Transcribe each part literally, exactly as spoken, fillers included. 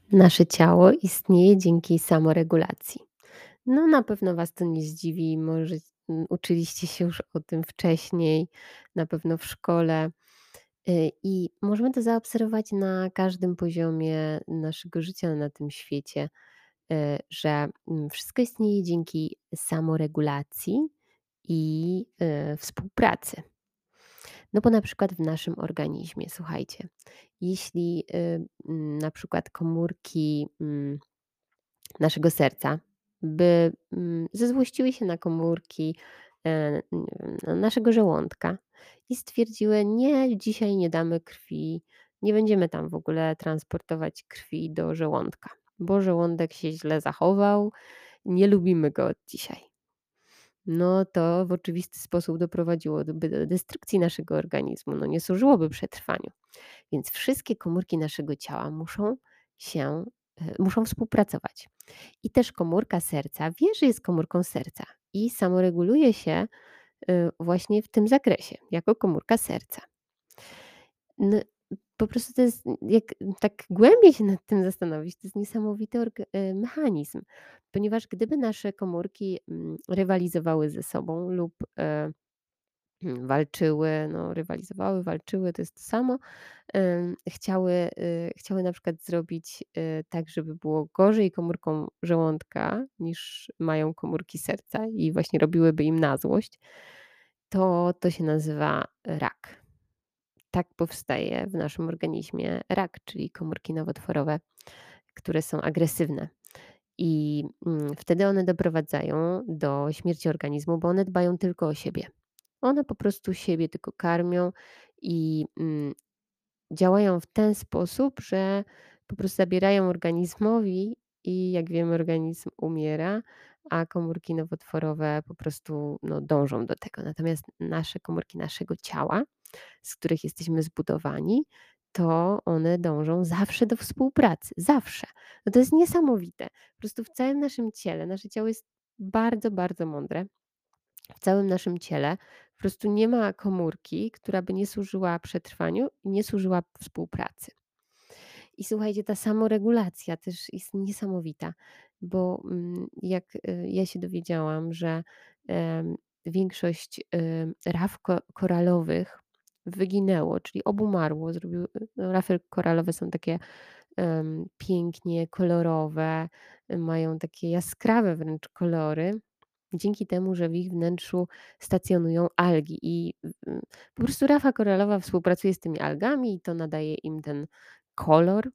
Nasze ciało istnieje dzięki samoregulacji. No, na pewno Was to nie zdziwi, może mm, uczyliście się już o tym wcześniej, na pewno w szkole. Y, I możemy to zaobserwować na każdym poziomie naszego życia na tym świecie, y, że mm, wszystko istnieje dzięki samoregulacji i y, współpracy. No bo na przykład w naszym organizmie, słuchajcie, jeśli y, mm, na przykład komórki mm, naszego serca, by mm, zezłościły się na komórki e, n- naszego żołądka i stwierdziły: Nie, dzisiaj nie damy krwi, nie będziemy tam w ogóle transportować krwi do żołądka, bo żołądek się źle zachował, nie lubimy go od dzisiaj. No to w oczywisty sposób doprowadziłoby do destrukcji naszego organizmu, no nie służyłoby przetrwaniu. Więc wszystkie komórki naszego ciała muszą się, e, muszą współpracować. I też komórka serca wie, że jest komórką serca i samoreguluje się y, właśnie w tym zakresie, jako komórka serca. No, po prostu to jest, jak tak głębiej się nad tym zastanowić, to jest niesamowity org- y, mechanizm, ponieważ gdyby nasze komórki mm, rywalizowały ze sobą lub e, Hmm, walczyły, no rywalizowały, walczyły, to jest to samo. Ym, chciały, y, chciały na przykład zrobić, y, tak, żeby było gorzej komórkom żołądka niż mają komórki serca i właśnie robiłyby im na złość, to to się nazywa rak. Tak powstaje w naszym organizmie rak, czyli komórki nowotworowe, które są agresywne. I mm, wtedy one doprowadzają do śmierci organizmu, bo one dbają tylko o siebie. One po prostu siebie tylko karmią i mm, działają w ten sposób, że po prostu zabierają organizmowi i jak wiemy, organizm umiera, a komórki nowotworowe po prostu no, dążą do tego. Natomiast nasze komórki naszego ciała, z których jesteśmy zbudowani, to one dążą zawsze do współpracy. Zawsze. No to jest niesamowite. Po prostu w całym naszym ciele, nasze ciało jest bardzo, bardzo mądre. W całym naszym ciele po prostu nie ma komórki, która by nie służyła przetrwaniu i nie służyła współpracy. I słuchajcie, ta samoregulacja też jest niesamowita, bo mm, jak y, ja się dowiedziałam, że em, większość em, raf ko- koralowych wyginęło, czyli obumarło. Zrobiły, no, rafy koralowe są takie em, pięknie kolorowe, y, mają takie jaskrawe wręcz kolory. Dzięki temu, że w ich wnętrzu stacjonują algi i mm, po prostu rafa koralowa współpracuje z tymi algami i to nadaje im ten kolor.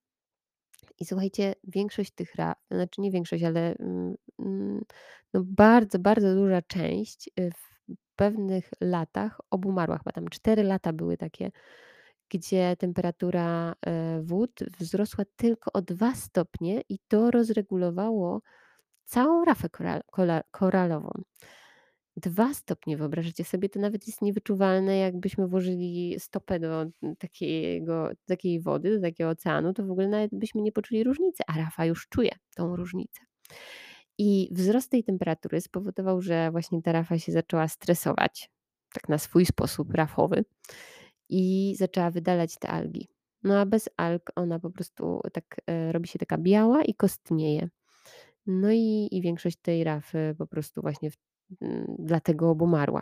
I słuchajcie, większość tych raf, znaczy nie większość, ale mm, mm, no bardzo, bardzo duża część y, w pewnych latach obumarła. Chyba tam cztery lata były takie, gdzie temperatura e, wód wzrosła tylko o dwa stopnie i to rozregulowało całą rafę koral, kola, koralową. dwa stopnie, wyobrażacie sobie, to nawet jest niewyczuwalne, jakbyśmy włożyli stopę do takiego takiej wody, do takiego oceanu, to w ogóle nawet byśmy nie poczuli różnicy, a Rafa już czuje tą różnicę. I wzrost tej temperatury spowodował, że właśnie ta Rafa się zaczęła stresować, tak na swój sposób rafowy i zaczęła wydalać te algi. No a bez alg ona po prostu tak, e, robi się taka biała i kostnieje. No i i większość tej Rafy po prostu właśnie w mm, dlatego obumarła.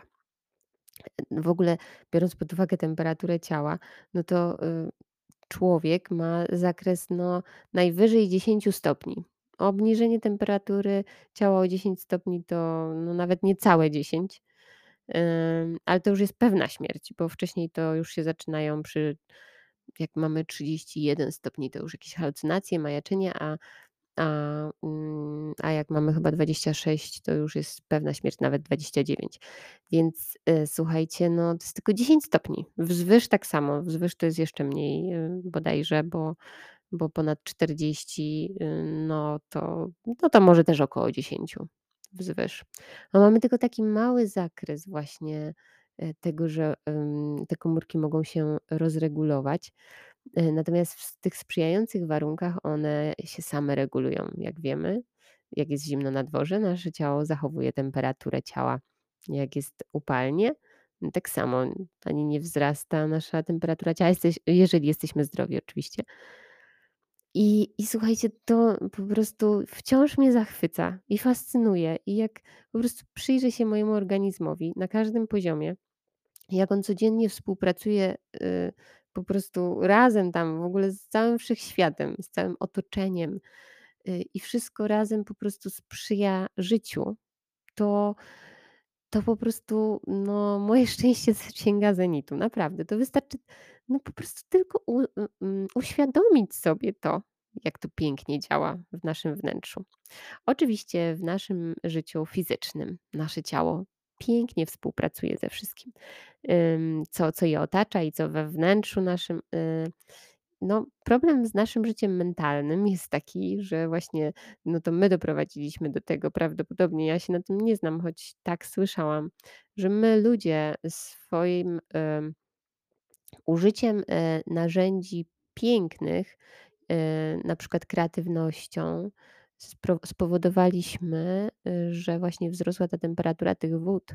W ogóle biorąc pod uwagę temperaturę ciała, no to, y, człowiek ma zakres, no, najwyżej dziesięć stopni. Obniżenie temperatury ciała o dziesięć stopni to, no, nawet niecałe dziesięć, ym, ale to już jest pewna śmierć, bo wcześniej to już się zaczynają przy jak mamy trzydzieści jeden stopni, to już jakieś halucynacje, majaczenie, a a, mm, a jak mamy chyba dwadzieścia sześć, to już jest pewna śmierć, nawet dwadzieścia dziewięć. Więc, y, słuchajcie, no to jest tylko dziesięć stopni. Wzwyż tak samo, wzwyż to jest jeszcze mniej, y, bodajże, bo bo ponad czterdzieści, y, no to no to może też około dziesięć wzwyż. A mamy tylko taki mały zakres właśnie, y, tego, że, ym, te komórki mogą się rozregulować. Y, natomiast w tych sprzyjających warunkach one się same regulują, jak wiemy. Jak jest zimno na dworze, nasze ciało zachowuje temperaturę ciała. Jak jest upalnie, no tak samo ani nie wzrasta nasza temperatura ciała, jesteś jeżeli jesteśmy zdrowi oczywiście, I i słuchajcie, to po prostu wciąż mnie zachwyca i fascynuje. I jak po prostu przyjrzę się mojemu organizmowi na każdym poziomie, jak on codziennie współpracuje, y, po prostu razem tam w ogóle z całym wszechświatem, z całym otoczeniem, y, i wszystko razem po prostu sprzyja życiu, to to po prostu, no, moje szczęście sięga zenitu, naprawdę. To wystarczy, no, po prostu tylko u y, mm, uświadomić sobie to, jak to pięknie działa w naszym wnętrzu. Oczywiście w naszym życiu fizycznym nasze ciało pięknie współpracuje ze wszystkim, ym, co co je otacza i co we wnętrzu naszym, y no, problem z naszym życiem mentalnym jest taki, że właśnie, no to my doprowadziliśmy do tego prawdopodobnie, ja się na tym nie znam, choć tak słyszałam, że my ludzie swoim, em, użyciem, e, narzędzi pięknych, e, na przykład kreatywnością, spro spowodowaliśmy, y, że właśnie wzrosła ta temperatura tych wód.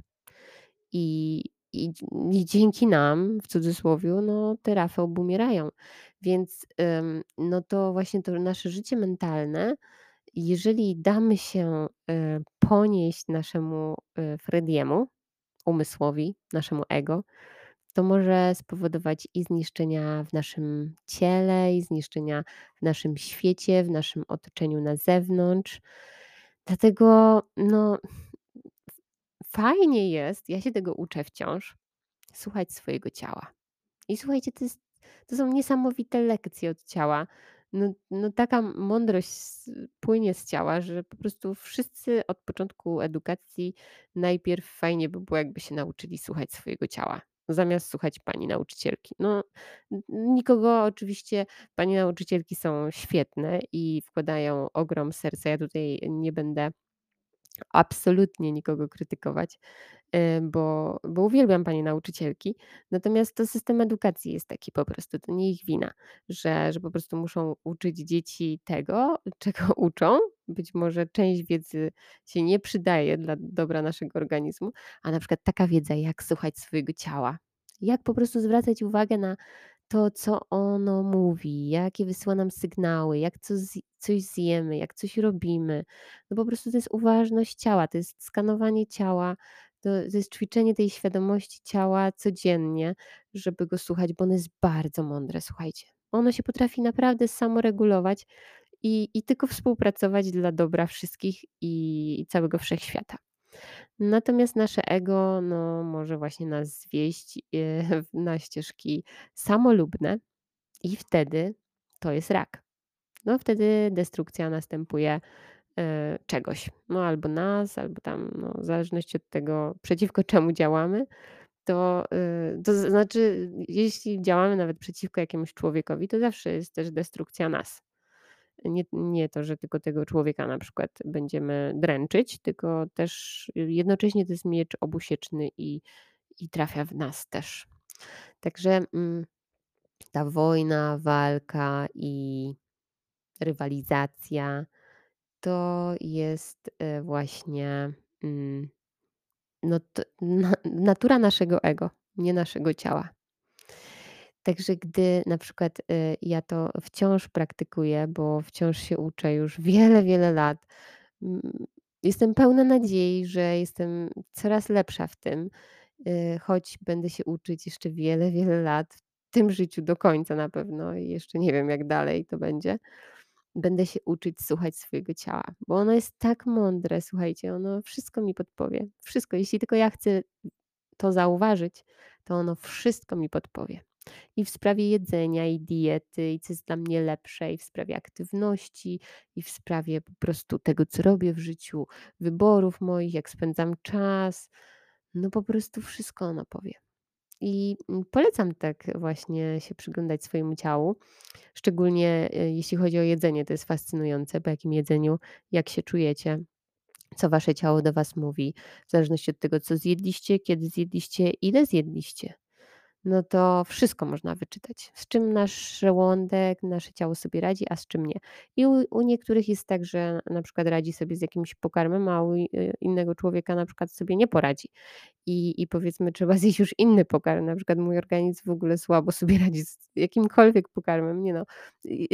I i i dzięki nam, w cudzysłowiu, no, te rafy obumierają. Więc, ym, no to właśnie to nasze życie mentalne, jeżeli damy się, y, ponieść naszemu, y, Frediemu, umysłowi, naszemu ego, to może spowodować i zniszczenia w naszym ciele, i zniszczenia w naszym świecie, w naszym otoczeniu na zewnątrz. Dlatego, no, fajnie jest, ja się tego uczę wciąż, słuchać swojego ciała. I słuchajcie, to jest to są niesamowite lekcje od ciała. No no taka mądrość z płynie z ciała, że po prostu wszyscy od początku edukacji najpierw fajnie by było, jakby się nauczyli słuchać swojego ciała, zamiast słuchać pani nauczycielki. No, n nikogo oczywiście, pani nauczycielki są świetne i wkładają ogrom serca. Ja tutaj nie będę absolutnie nikogo krytykować, y, bo bo uwielbiam panie nauczycielki. Natomiast to system edukacji jest taki po prostu, to nie ich wina, że że po prostu muszą uczyć dzieci tego, czego uczą. Być może część wiedzy się nie przydaje dla dobra naszego organizmu, a na przykład taka wiedza, jak słuchać swojego ciała, jak po prostu zwracać uwagę na to, co ono mówi, jakie wysyła nam sygnały, jak co zj coś zjemy, jak coś robimy. No po prostu to jest uważność ciała, to jest skanowanie ciała, to to jest ćwiczenie tej świadomości ciała codziennie, żeby go słuchać, bo ono jest bardzo mądre, słuchajcie. Ono się potrafi naprawdę samoregulować i i tylko współpracować dla dobra wszystkich i i całego wszechświata. Natomiast nasze ego, no, może właśnie nas zwieść, e, na ścieżki samolubne i wtedy to jest rak. No, wtedy destrukcja następuje, e, czegoś. No, albo nas, albo tam, no, w zależności od tego, przeciwko czemu działamy, to, y, to znaczy, jeśli działamy nawet przeciwko jakiemuś człowiekowi, to zawsze jest też destrukcja nas. Nie nie to, że tylko tego człowieka na przykład będziemy dręczyć, tylko też jednocześnie to jest miecz obusieczny i i trafia w nas też. Także, mm, ta wojna, walka i rywalizacja to jest, e, właśnie, mm, no to na natura naszego ego, nie naszego ciała. Także gdy na przykład, y, ja to wciąż praktykuję, bo wciąż się uczę już wiele, wiele lat, mm, jestem pełna nadziei, że jestem coraz lepsza w tym, y, choć będę się uczyć jeszcze wiele, wiele lat, w tym życiu do końca na pewno i jeszcze nie wiem, jak dalej to będzie. Będę się uczyć słuchać swojego ciała, bo ono jest tak mądre, słuchajcie, ono wszystko mi podpowie. Wszystko, jeśli tylko ja chcę to zauważyć, to ono wszystko mi podpowie. I w sprawie jedzenia, i diety, i co jest dla mnie lepsze, i w sprawie aktywności, i w sprawie po prostu tego, co robię w życiu, wyborów moich, jak spędzam czas. No po prostu wszystko ono powie. I mm, polecam tak właśnie się przyglądać swojemu ciału, szczególnie y, jeśli chodzi o jedzenie. To jest fascynujące, po jakim jedzeniu, jak się czujecie, co wasze ciało do was mówi, w zależności od tego, co zjedliście, kiedy zjedliście, ile zjedliście. No to wszystko można wyczytać. Z czym nasz żołądek, nasze ciało sobie radzi, a z czym nie. I u, u niektórych jest tak, że na przykład radzi sobie z jakimś pokarmem, a u i- y, innego człowieka na przykład sobie nie poradzi. I, I powiedzmy, trzeba zjeść już inny pokarm. Na przykład mój organizm w ogóle słabo sobie radzi z jakimkolwiek pokarmem. Nie no, jest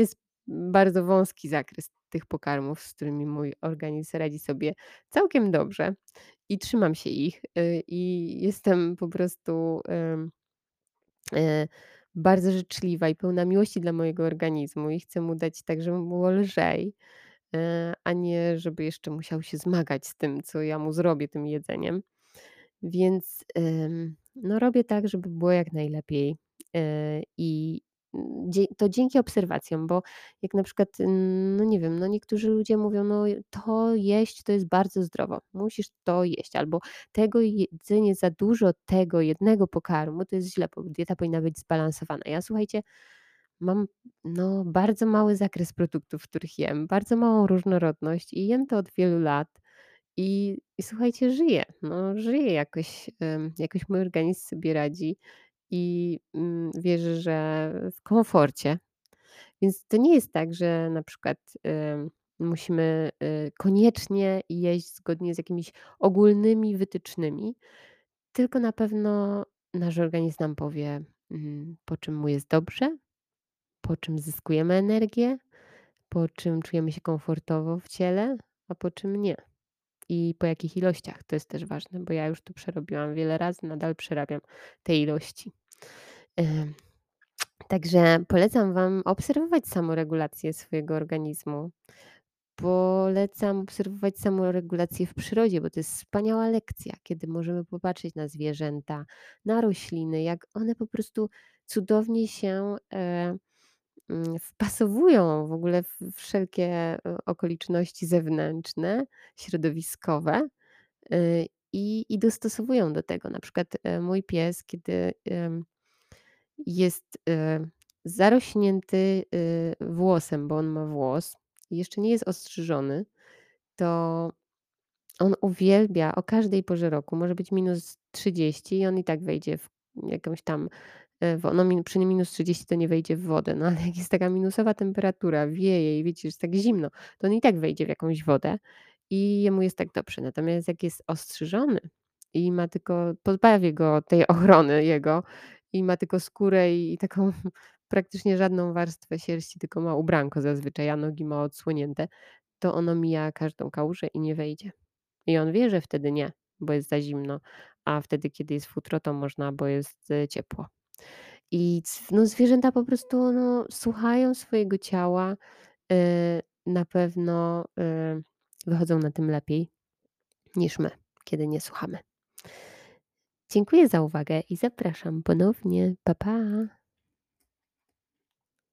bardzo wąski zakres tych pokarmów, z którymi mój organizm radzi sobie całkiem dobrze i trzymam się ich, y, i jestem po prostu, ym, e, bardzo życzliwa i pełna miłości dla mojego organizmu i chcę mu dać tak, żeby mu było lżej, e, a nie żeby jeszcze musiał się zmagać z tym, co ja mu zrobię tym jedzeniem. Więc, ym, no robię tak, żeby było jak najlepiej, e, i mm, dzie to dzięki obserwacjom, bo jak na przykład, mm, no nie wiem, no niektórzy ludzie mówią: "No to jeść to jest bardzo zdrowo, musisz to jeść", albo tego jedzenie za dużo tego jednego pokarmu to jest źle, bo dieta powinna być zbalansowana. Ja słuchajcie, mam, no, bardzo mały zakres produktów, których jem, bardzo małą różnorodność i jem to od wielu lat. I i słuchajcie, żyję, no żyję jakoś, ym, jakoś mój organizm sobie radzi i, mm, wierzę, że w komforcie. Więc to nie jest tak, że na przykład, ym, musimy, y, koniecznie jeść zgodnie z jakimiś ogólnymi wytycznymi, tylko na pewno nasz organizm nam powie, mm, po czym mu jest dobrze, po czym zyskujemy energię, po czym czujemy się komfortowo w ciele, a po czym nie. I po jakich ilościach, to jest też ważne, bo ja już to przerobiłam wiele razy, nadal przerabiam te ilości. Ym, także polecam Wam obserwować samoregulację swojego organizmu. Polecam obserwować samoregulację w przyrodzie, bo to jest wspaniała lekcja, kiedy możemy popatrzeć na zwierzęta, na rośliny, jak one po prostu cudownie się, e, mm, wpasowują w ogóle w wszelkie, e, okoliczności zewnętrzne, środowiskowe. Y, i i dostosowują do tego. Na przykład, e, mój pies, kiedy, ym, jest, y, zarośnięty, y, włosem, bo on ma włos i jeszcze nie jest ostrzyżony, to on uwielbia o każdej porze roku, może być minus trzydzieści i on i tak wejdzie w jakąś tam, e, wo no min przy minus trzydzieści to nie wejdzie w wodę, no ale jak jest taka minusowa temperatura, wieje i wiecie, jest tak zimno, to on i tak wejdzie w jakąś wodę i jemu jest tak dobrze. Natomiast jak jest ostrzyżony i ma tylko pozbawię go tej ochrony jego i ma tylko skórę i i taką praktycznie żadną warstwę sierści, tylko ma ubranko zazwyczaj, a nogi ma odsłonięte, to on omija każdą kałużę i nie wejdzie. I on wie, że wtedy nie, bo jest za zimno, a wtedy, kiedy jest futro, to można, bo jest, e, ciepło. I c no zwierzęta po prostu, no, słuchają swojego ciała, y, na pewno, y, wychodzą na tym lepiej niż my, kiedy nie słuchamy. Dziękuję za uwagę i zapraszam ponownie. Pa, pa.